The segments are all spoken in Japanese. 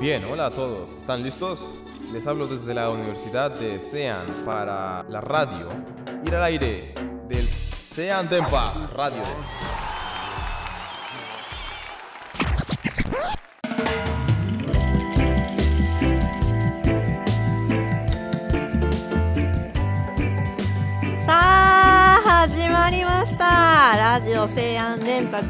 Bien, hola a todos. ¿Están listos? Les hablo desde la Universidad de Sean para la radio. Ir al aire del Sean Denpa Radio. さあ始まりました。ラジオ西安電波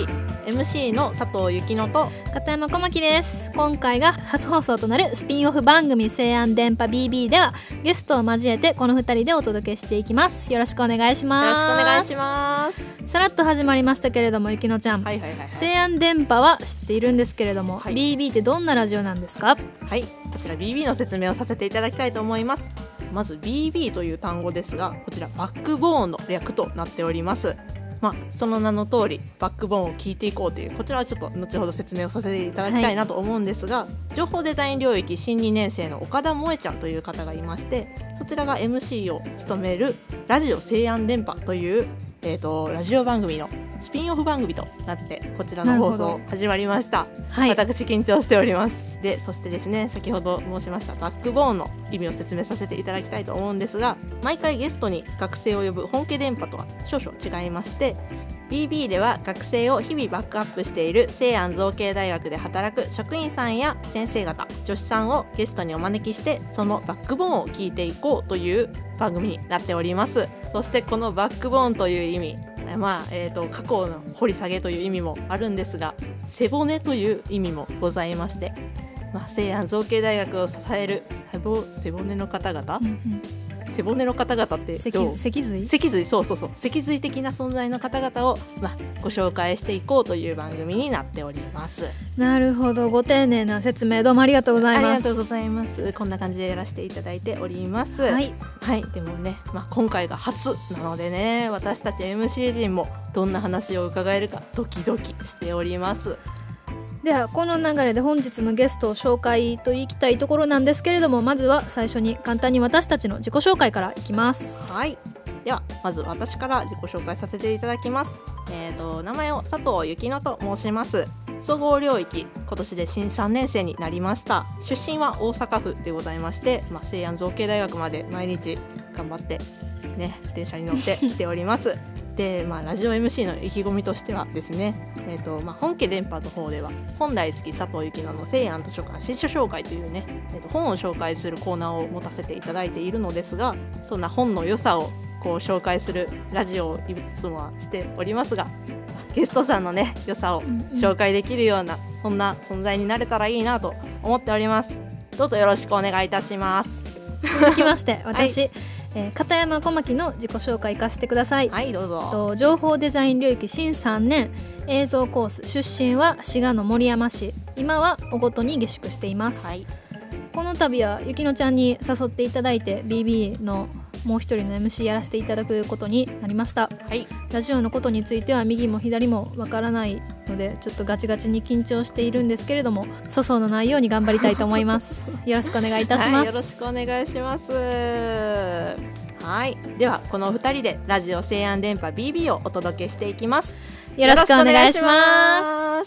BB、MC の佐藤幸乃と片山小牧です。今回が初放送となるスピンオフ番組西安電波 BB ではゲストを交えてこの2人でお届けしていきます。よろしくお願いします。 よろしくお願いします。 さらっと始まりましたけれども、幸乃ちゃん、西安電波は知っているんですけれども、はい、BB ってどんなラジオなんですか？はい、 こちら BB の説明をさせていただきたいと思います。まず BB という単語ですが、こちらバックボーンの略となっております。その名の通りバックボーンを聞いていこうという、こちらはちょっと後ほど説明をさせていただきたいなと思うんですが、情報デザイン領域新2年生の岡田萌ちゃんという方がいまして、そちらが MC を務めるラジオ西安電波という、ラジオ番組のスピンオフ番組となってこちらの放送始まりました。私緊張しております。でそしてですね、先ほど申しましたバックボーンの意味を説明させていただきたいと思うんですが、毎回ゲストに学生を呼ぶ本家電波とは少々違いまして、 BB では学生を日々バックアップしている西安造形大学で働く職員さんや先生方、女子さんをゲストにお招きして、そのバックボーンを聞いていこうという番組になっております。そしてこのバックボーンという意味、過去の掘り下げという意味もあるんですが、背骨という意味もございまして、西安造形大学を支える背骨の方々、背骨の方々って脊髄、そう脊髄的な存在の方々を、ご紹介していこうという番組になっております。 なるほど、ご丁寧な説明どうもありがとうございます。 ありがとうございます。こんな感じでやらせていただいております。はい、でもね、今回が初なのでね、私たち MC 陣もどんな話を伺えるかドキドキしております。 ではこの流れで本日のゲストを紹介といきたいところなんですけれども、まずは最初に簡単に私たちの自己紹介からいきます。 はい、ではまず私から自己紹介させていただきます。名前を佐藤幸乃と申します。総合領域今年で新3年生になりました。出身は大阪府でございまして、西安造形大学まで毎日頑張ってね、電車に乗って来ておりますで、ラジオ MC の意気込みとしてはですね、本家電波の方では本大好き佐藤幸乃の西安図書館新書紹介というね、本を紹介するコーナーを持たせていただいているのですが、そんな本の良さを紹介するラジオをいつもはしておりますが、ゲストさんのね良さを紹介できるような、そんな存在になれたらいいなと思っております。どうぞよろしくお願いいたします。 続きまして私、片山小牧の自己紹介いかせてください。 はい、どうぞ。 情報デザイン領域新3年映像コース、出身は滋賀の守山市、今は小ごとに下宿しています。この度は幸乃ちゃんに誘っていただいて BB のもう一人の MC やらせていただくことになりました。ラジオのことについては右も左もわからないので、ちょっとガチガチに緊張しているんですけれども、粗相のないように頑張りたいと思いますよろしくお願いいたします。 よろしくお願いします。はい、ではこの2人でラジオ西安電波 BB をお届けしていきます。 よろしくお願いします。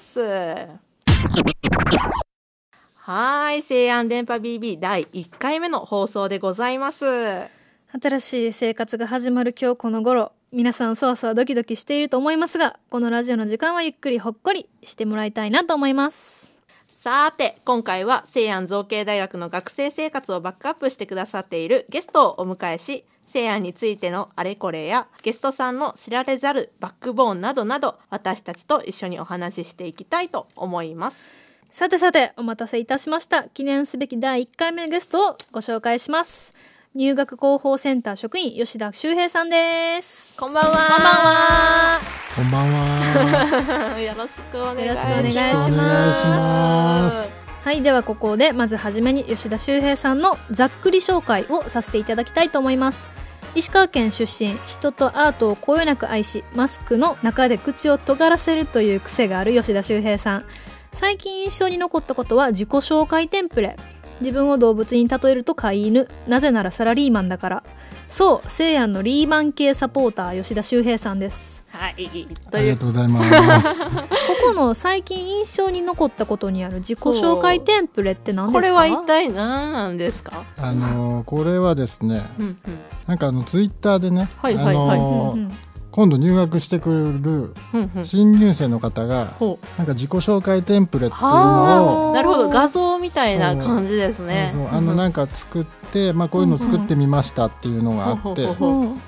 はい、西安電波 BB 第1回目の放送でございます。 新しい生活が始まる今日この頃、皆さんそわそわドキドキしていると思いますが、このラジオの時間はゆっくりほっこりしてもらいたいなと思います。 さて今回は西安造形大学の学生生活をバックアップしてくださっているゲストをお迎えし、西安についてのあれこれやゲストさんの知られざるバックボーンなどなど、私たちと一緒にお話ししていきたいと思います。 さてお待たせいたしました。記念すべき第1回目のゲストをご紹介します。入学広報センター職員吉田修平さんです。 こんばんは。 こんばんは。 よろしくお願いします。はい、ではここでまずはじめに吉田修平さんのざっくり紹介をさせていただきたいと思います。石川県出身、人とアートをこよなく愛し、マスクの中で口を尖らせるという癖がある吉田修平さん。最近印象に残ったことは自己紹介テンプレ。 自分を動物に例えると飼い犬、なぜならサラリーマンだから。そう、西安のリーマン系サポーター吉田修平さんです。 はい、 ありがとうございますここの最近印象に残ったことにある自己紹介テンプレって何ですか？ これは一体何なんですか？ これはですね、なんかツイッターでね、今度入学してくる新入生の方がなんか自己紹介テンプレっていうのを、 なるほど、画像みたいな感じですね。 なんか作って、こういうの作ってみましたっていうのがあって、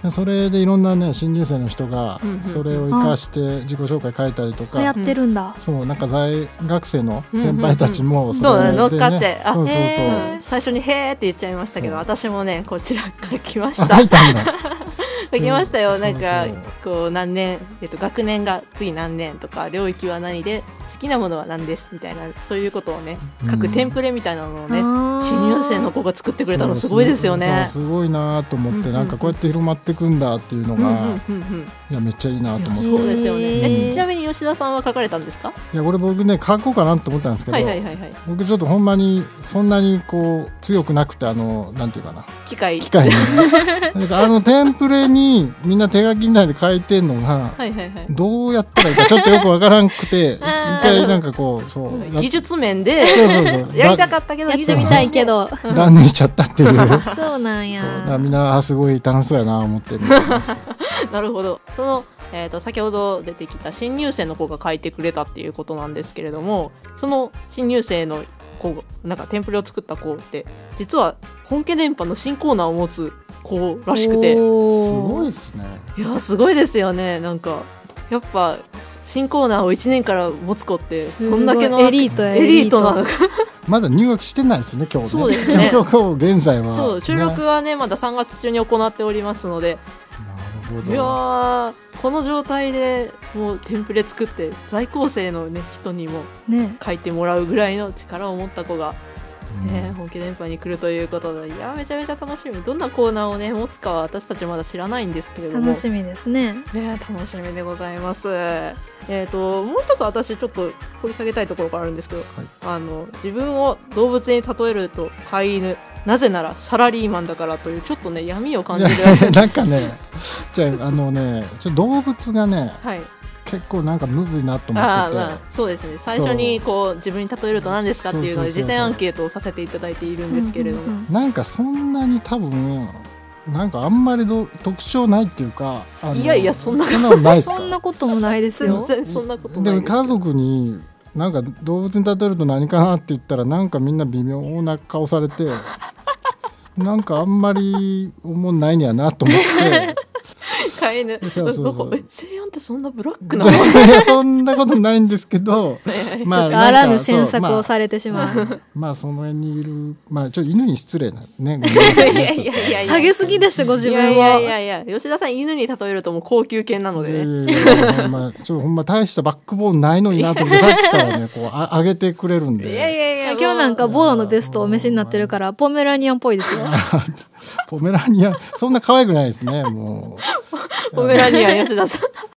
それでいろんなね新入生の人がそれを活かして自己紹介書いたりとか、 やってるんだ。 そうなんか在学生の先輩たちもそれで乗っかって、 最初にへーって言っちゃいましたけど、私もねこちら書きました。 書いたんだ。 書きましたよ。なんかこう何年、学年が次何年とか、領域は何で好きなものは何ですみたいな、そういうことをね書くテンプレみたいなのをね、新入生の子が作ってくれたのすごいですよね。 すごいなと思って、なんかこうやって広まっていくんだっていうのが、いやめっちゃいいなと思って。 そうですよね。ちなみに吉田さんは書かれたんですか？ いやこれ僕ね書こうかなと思ったんですけど、僕ちょっとほんまにそんなにこう強くなくて、なんていうかな、機械にテンプレにみんな手書きみたいで書いてんのがどうやったらいいかちょっとよくわからんくて一回なんかこう技術面でやりたかったけどやってみたいけど断念しちゃったっていうそうなんや。 みんなすごい楽しそうやなと思って見てます。 なるほど。先ほど出てきた新入生の子が書いてくれたっていうことなんですけれども、その新入生の子なんかテンプレを作った子って実は本家電波の新コーナーを持つ子らしくて、すごいですね。 いやすごいですよね。なんかやっぱ新コーナーを1年から持つ子ってそんだけのエリートなのかまだ入学してないですね今日ね。 そうですね。 今日現在はそう、収録はねまだ3月中に行っておりますので、 なるほど。 いやこの状態でもうテンプレ作って在校生の、人にも書いてもらうぐらいの力を持った子が、本気電波に来るということで、いやめちゃめちゃ楽しみ。どんなコーナーを持つかは私たちまだ知らないんですけれども、 楽しみですね。 楽しみでございます。もう一つ私ちょっと掘り下げたいところがあるんですけど、自分を動物に例えると飼い犬、なぜならサラリーマンだからというちょっとね闇を感じるなんかね、じゃあちょっと動物がね、結構なんかむずいなと思ってて、 そうですね。最初にこう自分に例えると何ですかっていうので実践アンケートをさせていただいているんですけれども、 なんかそんなに多分なんかあんまり特徴ないっていうか、 いやいやそんなことないですか？ そんなこともないですよ。 全然そんなことないです。 でも家族になんか動物に例えると何かなって言ったらなんかみんな微妙な顔されてなんかあんまり思んないんやなと思って飼い犬、西安ってそんなブラックなの？そんなことないんですけどあらぬ詮索をされてしまう。 その辺にいるちょっと犬に失礼なね。 下げすぎでしょご自分を。 いや吉田さん犬に例えるともう高級犬なのでね。 ほんま大したバックボーンないのになと思ってさっきからねこう上げてくれるんで。 今日なんかボアのベストをお召しになってるからポメラニアンっぽいですよ。 ポメラニアンそんな可愛くないですね。もうポメラニアン吉田さん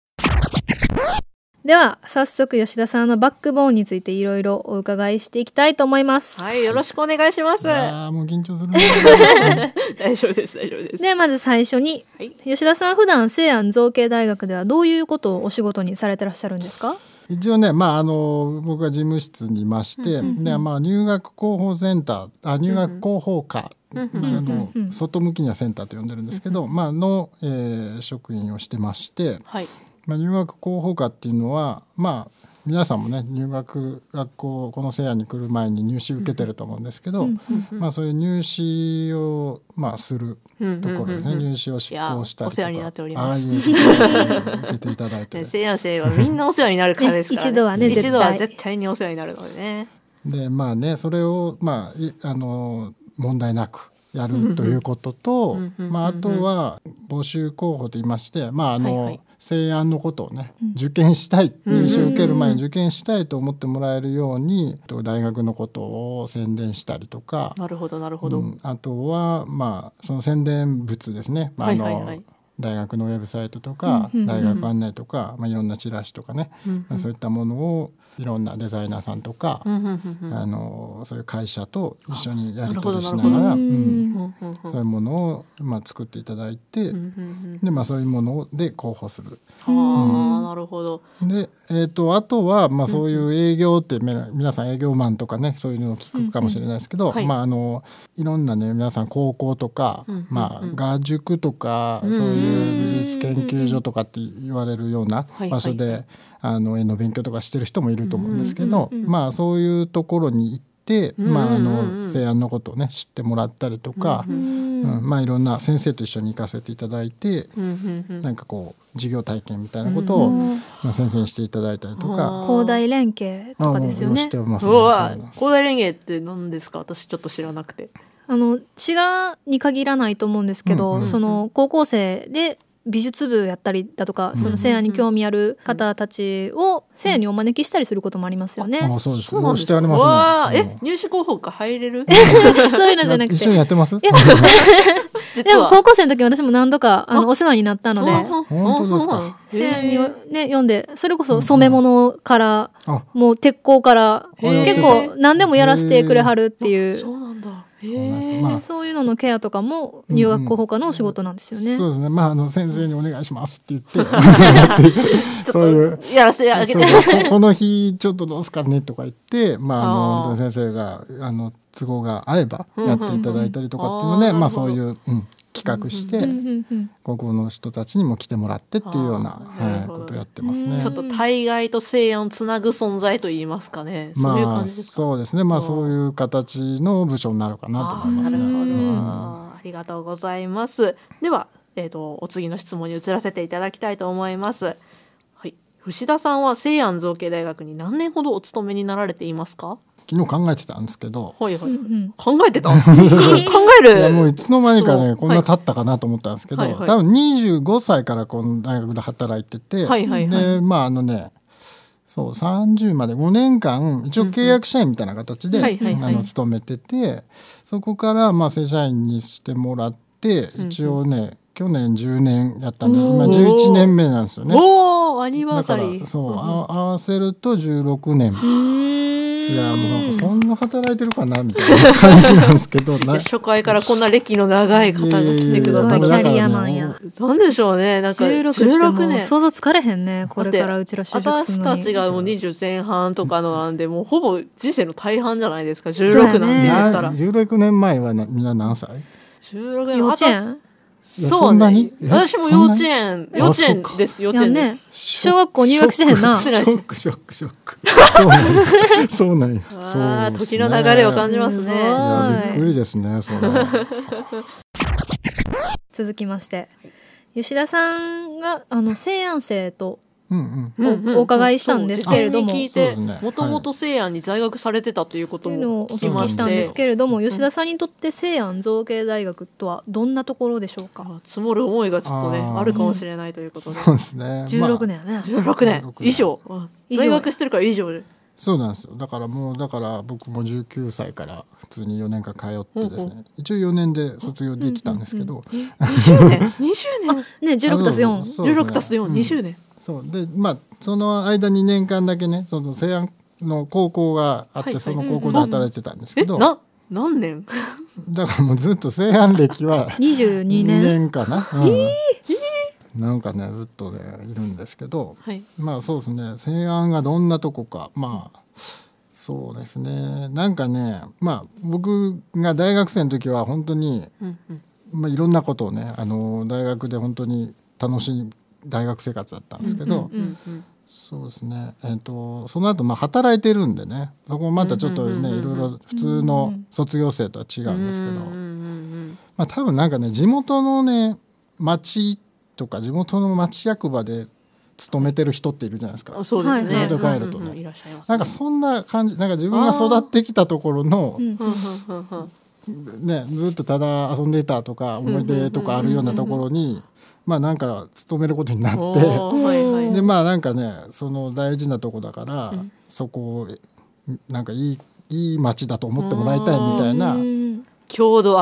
では早速吉田さんのバックボーンについていろいろお伺いしていきたいと思います。 はい、よろしくお願いします。 もう緊張する大丈夫です。 ではまず最初に、吉田さん普段西安造形大学ではどういうことをお仕事にされてらっしゃるんですか？ 一応ね、僕は事務室にいまして、入学広報センター、入学広報課、外向きにはセンターと呼んでるんですけど、の、職員をしてまして、入学広報課っていうのは、皆さんもね入学学校この西安に来る前に入試受けてると思うんですけど、そういう入試を、するところですね。入試を執行したりとか。 お世話になっております。 受けていただいて、 西安生はみんなお世話になるからですから、 一度はね一度は絶対にお世話になるのでね。 でそれを問題なくやるということと、あとは募集候補といいまして、西安のことをね受験したい、入試を受ける前に受験したいと思ってもらえるように大学のことを宣伝したりとか。 なるほどなるほど。 あとはその宣伝物ですね、 大学のウェブサイトとか、大学案内とか、いろんなチラシとかね、そういったものをいろんなデザイナーさんとか、そういう会社と一緒にやり取りしながら、そういうものを、作っていただいて、で、そういうもので広報する。 なるほど。 で、あとは、そういう営業って、皆さん営業マンとかね、そういうのを聞くかもしれないですけど、いろんなね、皆さん高校とか、画塾とか、そういう美術研究所とかって言われるような場所で、絵の勉強とかしてる人もいると思うんですけど、そういうところに行って、西安のことをね知ってもらったりとか、いろんな先生と一緒に行かせていただいて、なんかこう授業体験みたいなことを、先生にしていただいたりとか、 広大連携とかですよね。 してますね。 広大連携って何ですか？私ちょっと知らなくて。 滋賀に限らないと思うんですけど、その高校生で美術部やったりだとか、その西安に興味ある方たちを西安にお招きしたりすることもありますよね。 そうです。もうしてありますね。 入試広報課入れる？ そういうのじゃなくて。 一緒にやってます？ でも高校生の時私も何度かお世話になったので。 本当ですか？ 西安にね読んで、それこそ染め物からもう鉄工から結構何でもやらせてくれはるっていう。 そうなんだ。 そういうののケアとかも入学広報課のお仕事なんですよね。 そうですね。先生にお願いしますって言ってそういうやらせてあげて、 この日ちょっとどうすかねとか言って、本当に先生が都合が合えばやっていただいたりとかっていうので、そういう企画して高校の人たちにも来てもらってっていうようなことをやってますね。 ちょっと対外と西安をつなぐ存在といいますかね。そういう感じですか？ そうですね。そういう形の部署になるかなと思いますね。 なるほど。ありがとうございます。では、お次の質問に移らせていただきたいと思います。はい。藤田さんは西安造形大学に何年ほどお勤めになられていますか？ 昨日考えてたんですけど、 考えてた考える。 いやもういつの間にかねこんな経ったかなと思ったんですけど、多分25歳からこの大学で働いてて、でそう30まで5年間一応契約社員みたいな形で勤めてて、そこから正社員にしてもらって、一応ね去年10年やったんで今11年目なんですよね。 おー、アニバーサリー。 だからそう合わせると16年。いやもうなんかそんな働いてるかなみたいな感じなんですけど初回からこんな歴の長い方が来てください。 キャリアマンや。 なんでしょうね。なんか16年想像つかれへんね。これからうちら就職するのに。 私たちがもう20前半とかのなんで、もうほぼ人生の大半じゃないですか。16なんて言ったら。 16年前はみんな何歳 ？16年幼稚園？ そうね。私も幼稚園です。幼稚園です。 小学校入学してへんな。 ショック。そうなんや。 時の流れを感じますね。 びっくりですね。 続きまして、吉田さんが西安生とお伺いしたんですけれども、 もともと西安に在学されてたということもお聞きしたんですけれども、吉田さんにとって西安造形大学とはどんなところでしょうか？ 積もる思いがちょっとねあるかもしれないということで。 そうですね。 16年やね。 16年以上在学してるから以上で。 そうなんですよ。だから僕も19歳から普通に4年間通ってですね、一応4年で卒業できたんですけど、 20年ね、16たす4、 16たす4、20年。 そうでその間2年間だけねその西安の高校があって、その高校で働いてたんですけど、 何年？ だからもうずっと西安歴は 22年かな。なんかねずっとねいるんですけど、そうですね。西安がどんなとこか、そうですね。なんかね僕が大学生の時は本当に、いろんなことをね大学で本当に楽しい大学生活だったんですけど、そうですね。その後働いてるんでね、そこもまたちょっとねいろいろ普通の卒業生とは違うんですけど、多分なんかね地元のね町とか地元の町役場で勤めてる人っているじゃないですか。 そうですね。 それで帰るとね、なんかそんな感じ、なんか自分が育ってきたところのねずっとただ遊んでいたとか思い出とかあるようなところになんか勤めることになってでなんかねその大事なとこだから、そこをなんかいい町だと思ってもらいたいみたいな郷土愛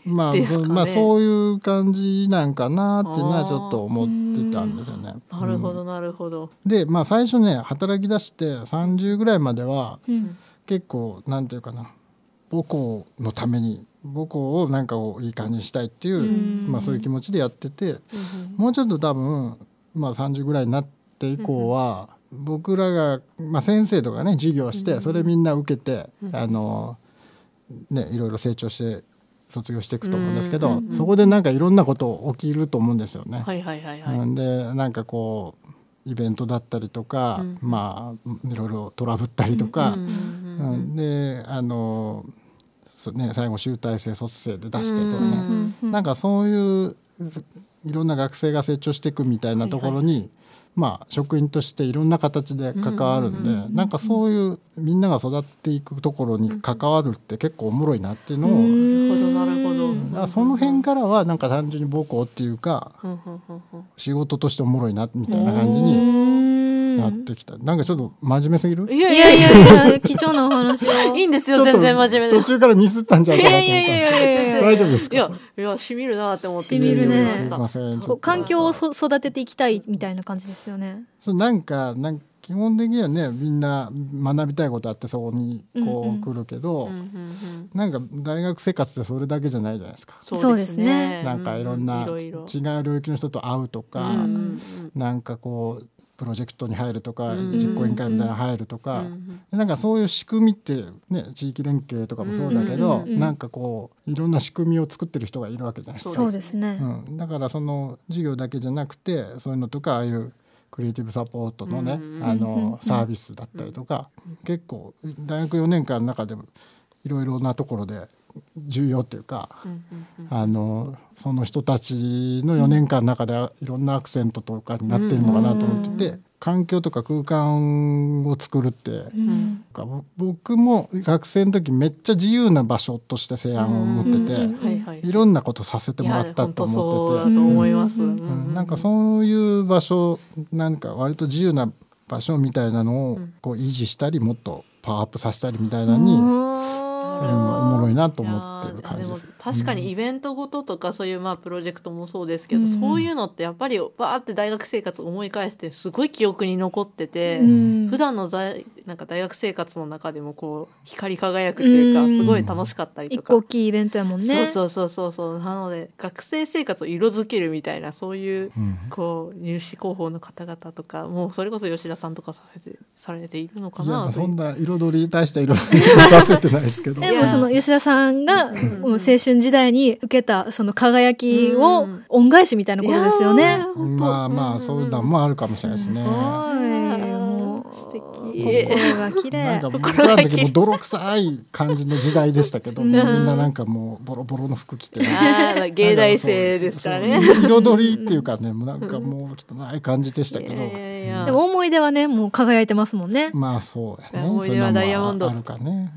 まあですかね。 まあそういう感じなんかなっていうのはちょっと思ってたんですよね。 なるほどなるほど。 でまあ最初ね働き出して30ぐらいまではうん結構なんていうかな母校のために母校をなんかいい感じにしたいっていう、まあ、そういう気持ちでやってて、もうちょっと多分、まあ、30ぐらいになって以降は、僕らが、まあ、先生とかね授業してそれみんな受けて、ね、いろいろ成長して卒業していくと思うんですけど、そこでなんかいろんなこと起きると思うんですよね。 はいはいはいはい。 でなんかこうイベントだったりとか、まあいろいろトラブったりとか、でそうね、最後集大成卒生で出してとかね、なんかそういういろんな学生が成長していくみたいなところに、まあ職員としていろんな形で関わるんで、なんかそういうみんなが育っていくところに関わるって結構おもろいなっていうのを、 なるほどなるほど。 その辺からはなんか単純に母校っていうか、仕事としておもろいなみたいな感じになってきた。なんかちょっと真面目すぎる？ いやいやいやいや貴重なお話をいいんですよ、全然真面目で。 途中からミスったんじゃないかなと思ったんですけど、大丈夫ですか？ いやしみるなって思って。 しみるね。 すいません。 環境を育てていきたいみたいな感じですよね。 そうなんか基本的にはねみんな学びたいことあってそこにこう来るけど、なんか大学生活ってそれだけじゃないじゃないですか。 そうですね。 なんかいろんな違う領域の人と会うとか、なんかこうプロジェクトに入るとか、実行委員会みたいなの入るとか、なんかそういう仕組みってね地域連携とかもそうだけど、なんかこういろんな仕組みを作ってる人がいるわけじゃないですか。 そうですね。 だからその授業だけじゃなくてそういうのとかああいうクリエイティブサポートのね、サービスだったりとか、結構大学4年間の中でもいろいろなところで重要っていうか、その人たちの4年間の中でいろんなアクセントとかになってるのかなと思ってて、環境とか空間を作るって、僕も学生の時めっちゃ自由な場所として西安を持ってて、いろんなことさせてもらったと思ってて、なんかそういう場所なんか割と自由な場所みたいなのをこう維持したりもっとパワーアップさせたりみたいなのにおもろいなと思ってる感じです。 確かにイベントごととかそういうまあプロジェクトもそうですけど、そういうのってやっぱりバーって大学生活を思い返してすごい記憶に残ってて、普段のなんか大学生活の中でもこう光り輝くっていうか、すごい楽しかったりとか、 一個大きいイベントやもんね。 そうなので学生生活を色づけるみたいなそういうこう入試広報の方々とかもうそれこそ吉田さんとかされているのかな。 そんな彩り大した彩り出せてないですけどでもその吉田さんが青春時代に受けたその輝きを恩返しみたいなことですよね。 まあまあそういうのもあるかもしれないですね。 もう素敵。 心が綺麗。 なんか僕らの時も泥臭い感じの時代でしたけど、もうみんななんかもうボロボロの服着て、 芸大生ですからね。 彩りっていうかね、なんかもう汚い感じでしたけど、 でも思い出はねもう輝いてますもんね。 まあそうやね。 思い出はダイヤモンドあるかね。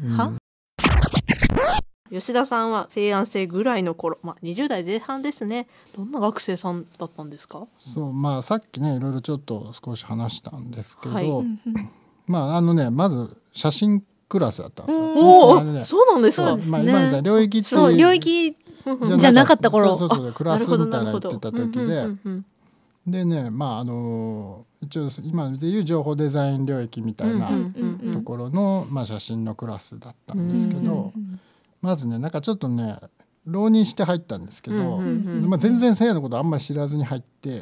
吉田さんは西安生ぐらいの頃、20代前半ですね。どんな学生さんだったんですか？ そうまあさっきねいろいろちょっと少し話したんですけど、まず写真クラスだったんですよ。 そうなんですか。 今みたいな領域ってそう領域じゃなかった頃、 クラスみたいな言ってた時でね、一応今でいう情報デザイン領域みたいなところの写真のクラスだったんですけど、まずねなんかちょっとね浪人して入ったんですけど、全然西洋のことあんまり知らずに入って、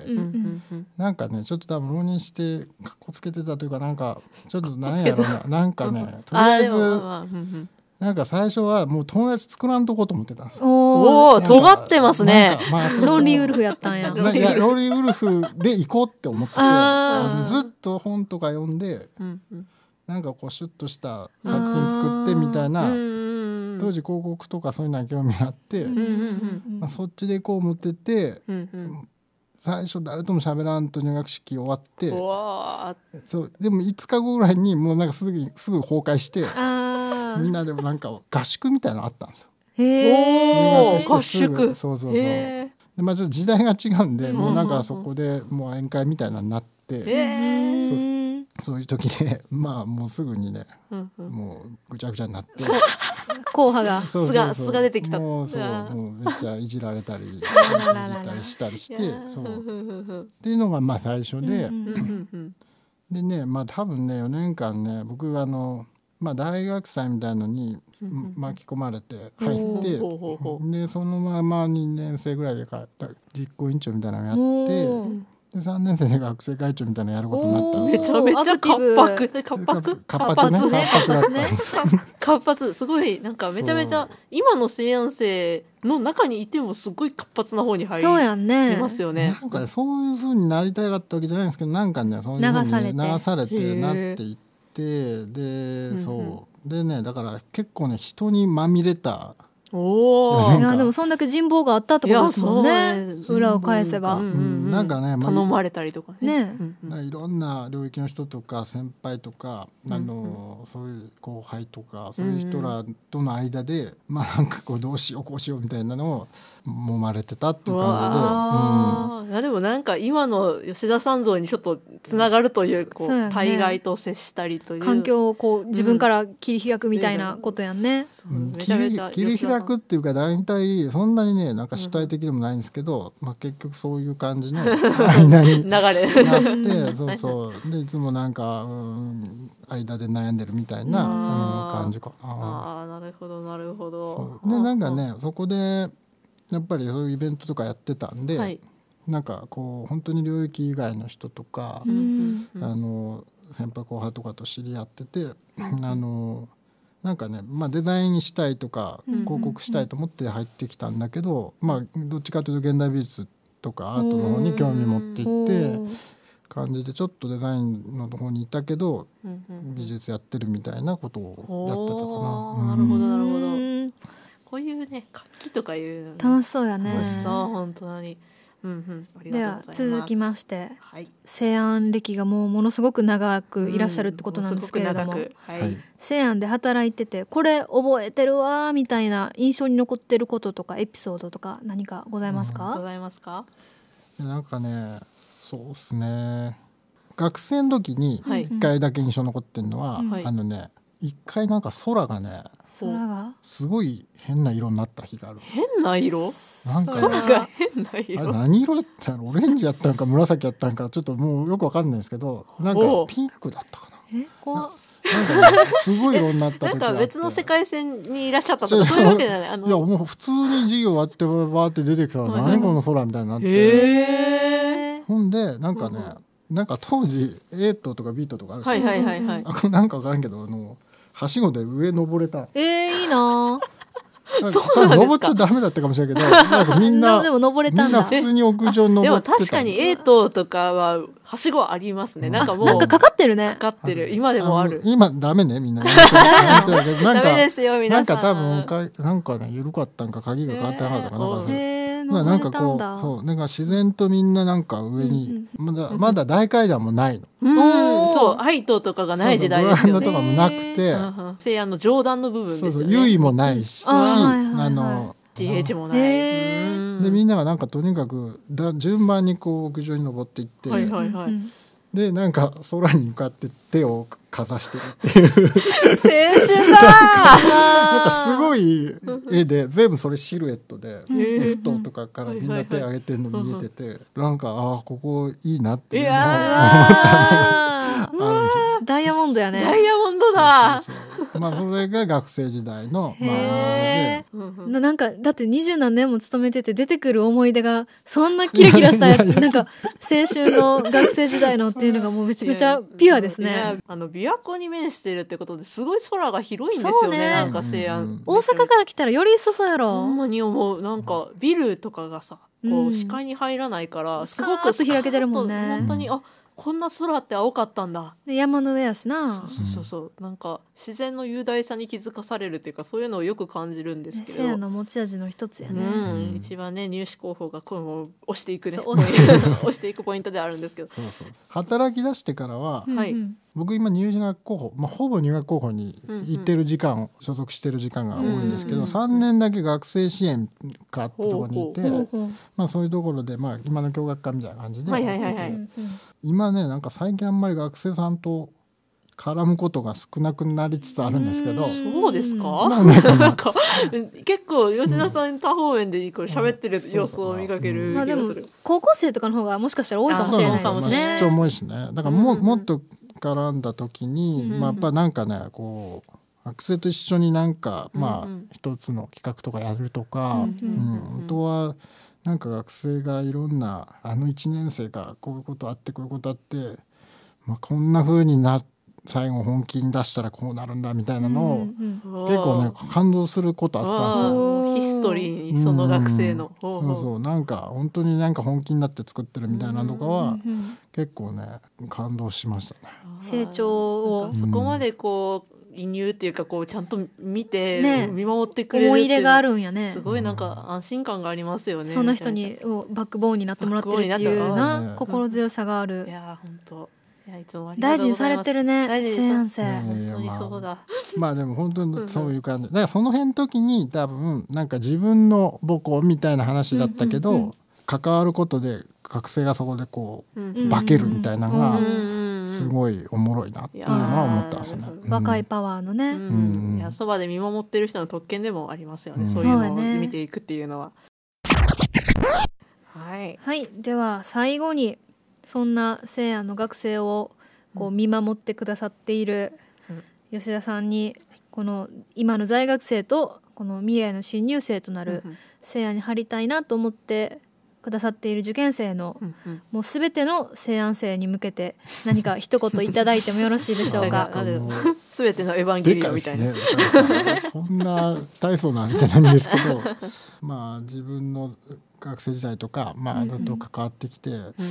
なんかねちょっと多分浪人してかっこつけてたというか、なんかちょっとなんやろな、なんかねとりあえずなんか最初はもう友達作らんとこうと思ってたんですよ。 おお尖ってますね。 ロンリーウルフやったんや。 ロンリーウルフで行こうって思ってて、ずっと本とか読んで、なんかこうシュッとした作品作ってみたいな、当時広告とかそういうのは興味があって、そっちでこう思ってて、最初誰とも喋らんと入学式終わって、そうでも5日後ぐらいにもうなんかすぐ崩壊して、みんなでもなんか合宿みたいなのあったんですよ。 合宿。 そうでちょっと時代が違うんで、もうなんかそこでもう宴会みたいなのになって、そういう時でもうすぐにね、もうぐちゃぐちゃになって硬派がそう素が出てきた。 もうそう、 うわもうめっちゃいじられたりいじららったりしたりしていやーそうっふんふんふんていうのがまあ最初で、 うんうんうんうんでねまあ多分ね4年間ね僕まあ、大学祭みたいのに巻き込まれて入ってほうほうほうでそのまま2年生ぐらいで実行委員長みたいなのやおってーで3年生で学生会長みたいなのやることになったんめちですよ。 ゃめちゃ活発活発活発ね活活発だったんです活発すごいなんかめちゃめちゃ今の西安生の中にいてもすごい活発な方に入そうやんりねますよね。 なんかねそういう風になりたかったわけじゃないんですけどなんかねそういう風に流されてなっていってでそうでねだから結構ね人にまみれたおおいやでもそんだけ人望があったってことですもんいやねそう裏を返せば、 なんかね、 頼まれたりとかね。 ねいろんな領域の人とか先輩とかそういう後輩とかそういう人らとの間でまあなんかこうどうしようこうしようみたいなのを揉まれてたっていう感いやでもなんか今の吉田さん像にちょっとつながるというこうそうやね対外と接したりという環境をこう自分から切り開くみたいなことやんね、 そうじで、 めちゃめちゃ切り開くっていうか大体そんなにねなんか主体的でもないんですけど、まあ、結局そういう感じの間に流れなってそうそうでいつもなんか、間で悩んでるみたいな、感じかな。 ああなるほどなるほど。 そうでなんかねそこでやっぱりそういうイベントとかやってたんで、 はいなんかこう本当に領域以外の人とか、 うん先輩後輩とかと知り合ってて、なんかね、まあ、デザインしたいとか広告したいと思って入ってきたんだけど、まあ、どっちかというと現代美術とかアートの方に興味持っていって感じでちょっとデザインの方にいたけど美術やってるみたいなことをやってたかな。 なるほどなるほど。こういうね活気とかいうの、ね、 楽しそうやね。 楽しそう本当に。ありではがとうございます。 続きまして、 はい、 西安歴がもうものすごく長くいらっしゃるってことなんですけれども、 はい西安で働いててこれ覚えてるわみたいな印象に残ってることとかエピソードとか何かございますか？ ございますか？ なんかねそうですね学生の時にはい 1回だけ印象残ってるのは、 はい 1回なんか空がね空がすごい変な色になった日がある。 変な色？ なんか空が変なあれ色。 何色やったのオレンジやったのか紫やったのかちょっともうよくわかんないんですけどなんかほうピンクだったか怖っななんか、ね、すごい色になった時があってなんか別の世界線にいらっしゃったとかそういうわけじゃない。 いやもう普通に授業終わってバーって出てきたら何この空みたいになってへえ。 ほんでなんかねなんか当時8とかビートとかあるし、 はいはいはいはい。 これなんかわからんけどはしごで上登れたいいなそうなんですか多分登っちゃダメだったかもしれないけどなんかみんなでも登れたんだみんな普通に屋上にでも登ってたんです確かにエイトとかははしごありますね。なんかもうなんかかかってるねかかってる。今でもある。 今ダメねみんなやめてるけどなんかダメですよ皆さん。 なんか多分なんかね緩かったんか鍵がかかってなかったかな、なんかそうへーまあなんかこ登れたんだうそうなんか自然とみんななんか上に、まだ大階段もないの。 そうアイトとかがない時代ですよね。 そうそうグラウンドとかもなくて、 西安の上段の部分ですよね。 そうそう優位もないし、 GH もない。 でみんながなんかとにかく順番にこう屋上に登っていって、 はいはいはい。 でなんか空に向かって手をかざしてるっていう青春だなんかすごい絵で全部それシルエットでF塔とかからみんな手上げてるの見えててなんかここいいなっていうのを思ったのがあるんですよ。 ダイヤモンドやね。 ダイヤモンドだ。 まあそれが学生時代のまあへーなんかだって20何年も勤めてて出てくる思い出がそんなキラキラしたやつなんか青春の学生時代のっていうのがもうめちゃめちゃピュアですね。 琵琶湖に面してるってことですごい空が広いんですよね。なんか西安、 大阪から来たらより一層そうやろ。 ほんまに思う。なんかビルとかがさこう視界に入らないからすごくスカーッと開けてるもんね。 本当にこんな空って青かったんだ。 で山の上やしな。 そうなんか自然の雄大さに気づかされるっていうかそういうのをよく感じるんですけど、 西安の持ち味の一つやね。 一番ね入試候補がこう押していくね押していくポイントであるんですけど、 そう働き出してからは、 はい僕今入学候補、ほぼ入学候補に行ってる時間、所属してる時間が多いんですけど、3年だけ学生支援課ってところにいて、そういうところで、今の教学科みたいな感じでやってて、今ねなんか最近あんまり学生さんと絡むことが少なくなりつつあるんですけど、 そうですか、 なんか結構吉田さん多方面でこう喋ってる様子を見かける気がする、 でも高校生とかの方がもしかしたら多いかもしれないですね。 出張も多いしね。だからもっと絡んだ時に、やっぱなんかねこう学生と一緒になんか一つの企画とかやるとか、あとはなんか学生がいろんな1年生がこういうことあってこういうことあって、こんな風に最後本気に出したらこうなるんだみたいなのを、結構ね感動することあったんですよ。 ヒストリーにその学生の、 そうなんか本当になんか本気になって作ってるみたいなのとかは、結構ね感動しましたね。 成長をそこまでこう移入っていうかこうちゃんと見て、見守ってくれる思い入れがあるんやね。 すごいなんか安心感がありますよね。 そんな人にバックボーンになってもらってるっていうな心強さがある。 いや本当いつもありがとうございます。 大事にされてるね、西安生。 本当にそうだ。 でも本当にそういう感じ。だからその辺の時に多分なんか自分の母校みたいな話だったけど、関わることで学生がそこでこう化けるみたいなのがすごいおもろいなっていうのは思ったんですよね。 若いパワーのね。 いやそばで見守ってる人の特権でもありますよね。そういうのを見ていくっていうのは。はい。 はい。では最後にそんな西安の学生をこう見守ってくださっている吉田さんに、この今の在学生とこの未来の新入生となる西安に入りたいなと思ってくださっている受験生の、もうすべての西安生に向けて何か一言いただいてもよろしいでしょうか。 すべてのエヴァンゲリオンみたいな。 そんな大層なあれじゃないんですけど、自分の学生時代とかずっと関わってきて、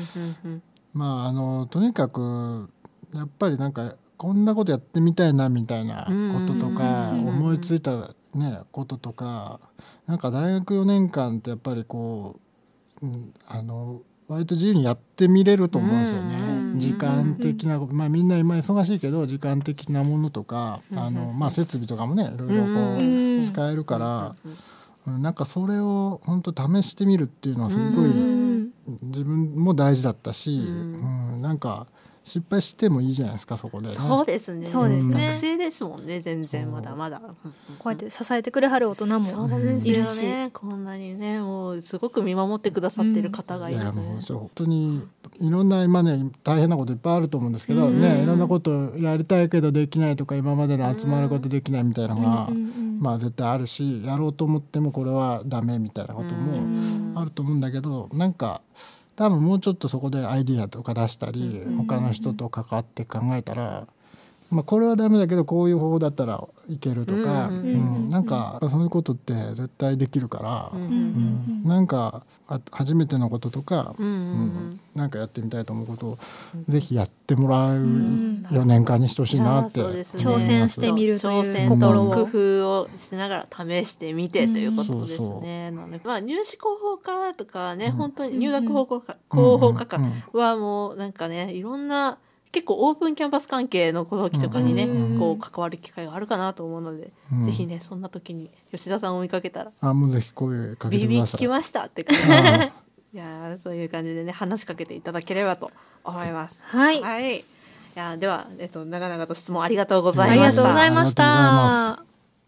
とにかくやっぱりなんかこんなことやってみたいなみたいなこととか思いついたこととか、なんか大学4年間ってやっぱりこう割と自由にやってみれると思うんですよね。時間的なみんな今忙しいけど時間的なものとか設備とかもねいろいろこう使えるから、なんかそれを本当試してみるっていうのはすごい自分も大事だったし、なんか失敗してもいいじゃないですか、そこで、ね、 そうですね、 そうですね、 学生ですもんね、全然まだまだ、 こうやって支えてくれはる大人もいるし、 こんなにねもうすごく見守ってくださってる方がいる、 いやもう本当にいろんな今ね大変なこといっぱいあると思うんですけど、ね、いろんなことやりたいけどできないとか今までの集まることできないみたいなのが、絶対あるし、やろうと思ってもこれはダメみたいなこともあると思うんだけど、なんか多分もうちょっとそこでアイディアとか出したり、他の人と関わって考えたら、これはダメだけどこういう方法だったらいけるとか、なんかそういうことって絶対できるから、なんか初めてのこととか、なんかやってみたいと思うことをぜひやってもらう4年間にしてほしいなって、 挑戦してみるという挑戦と工夫をしながら試してみてということですね。なので入試広報課とかね、本当に入学広報課はもうなんかね、いろんな結構オープンキャンパス関係の時とかにね、こう関わる機会があるかなと思うので、ぜひねそんな時に吉田さんを見かけたら、 もうぜひ声かけてください。 BB 聞きましたって感じいやそういう感じでね話しかけていただければと思います。 はい。 いやでは長々と質問ありがとうございました。 ありがとうございました。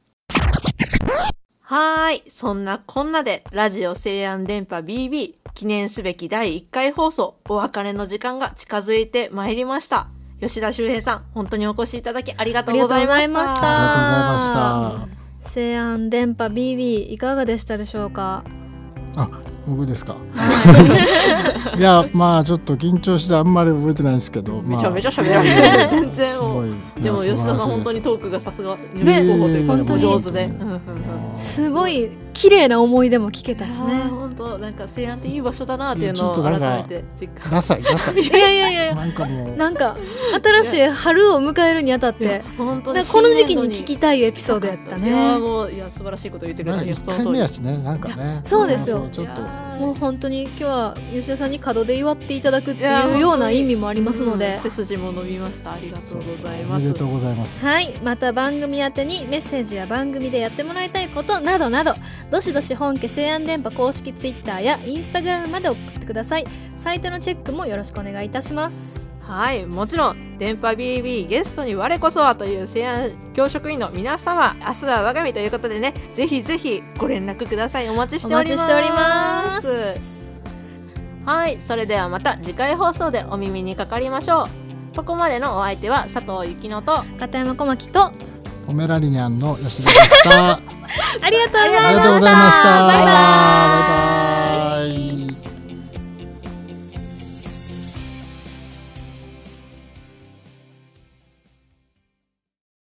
はい、そんなこんなでラジオ西安電波 BB 記念すべき第1回放送お別れの時間が近づいてまいりました。吉田修平さん、本当にお越しいただきありがとうございました。 ありがとうございました。西安電波 BB いかがでしたでしょうか。 僕ですかいやちょっと緊張してあんまり覚えてないんですけど、 めちゃめちゃ喋られる全然でも吉田さん本当にトークがさすが入試広報というかお上手で、 すごい綺麗な思い出も聞けたしね。 本当なんか西安っていい場所だなっていうのを改めて実感。 ダサいいやなんか新しい春を迎えるにあたって本当にこの時期に聞きたいエピソードやったね。 いや素晴らしいこと言ってくれた。 1回目やしね、なんかね。 そうですよ。 ちょっともう本当に今日は吉田さんに門で祝っていただくっていうような意味もありますので、 背筋も伸びました。ありがとうございます。 ありがとうございます。 はい、また番組宛てにメッセージや番組でやってもらいたいことなどなど、どしどし本家西安電波公式ツイッターやインスタグラムまで送ってください。サイトのチェックもよろしくお願いいたします。 はい、もちろん電波 BB ゲストに我こそはという西安教職員の皆様、明日は我が身ということでね、ぜひぜひご連絡ください。お待ちしております。 お待ちしております。 はい、それではまた次回放送でお耳にかかりましょう。ここまでのお相手は佐藤ゆきのと片山小牧とポメラリアンの吉田でした。 ありがとうございました。 ありがとうございました。バイバイ。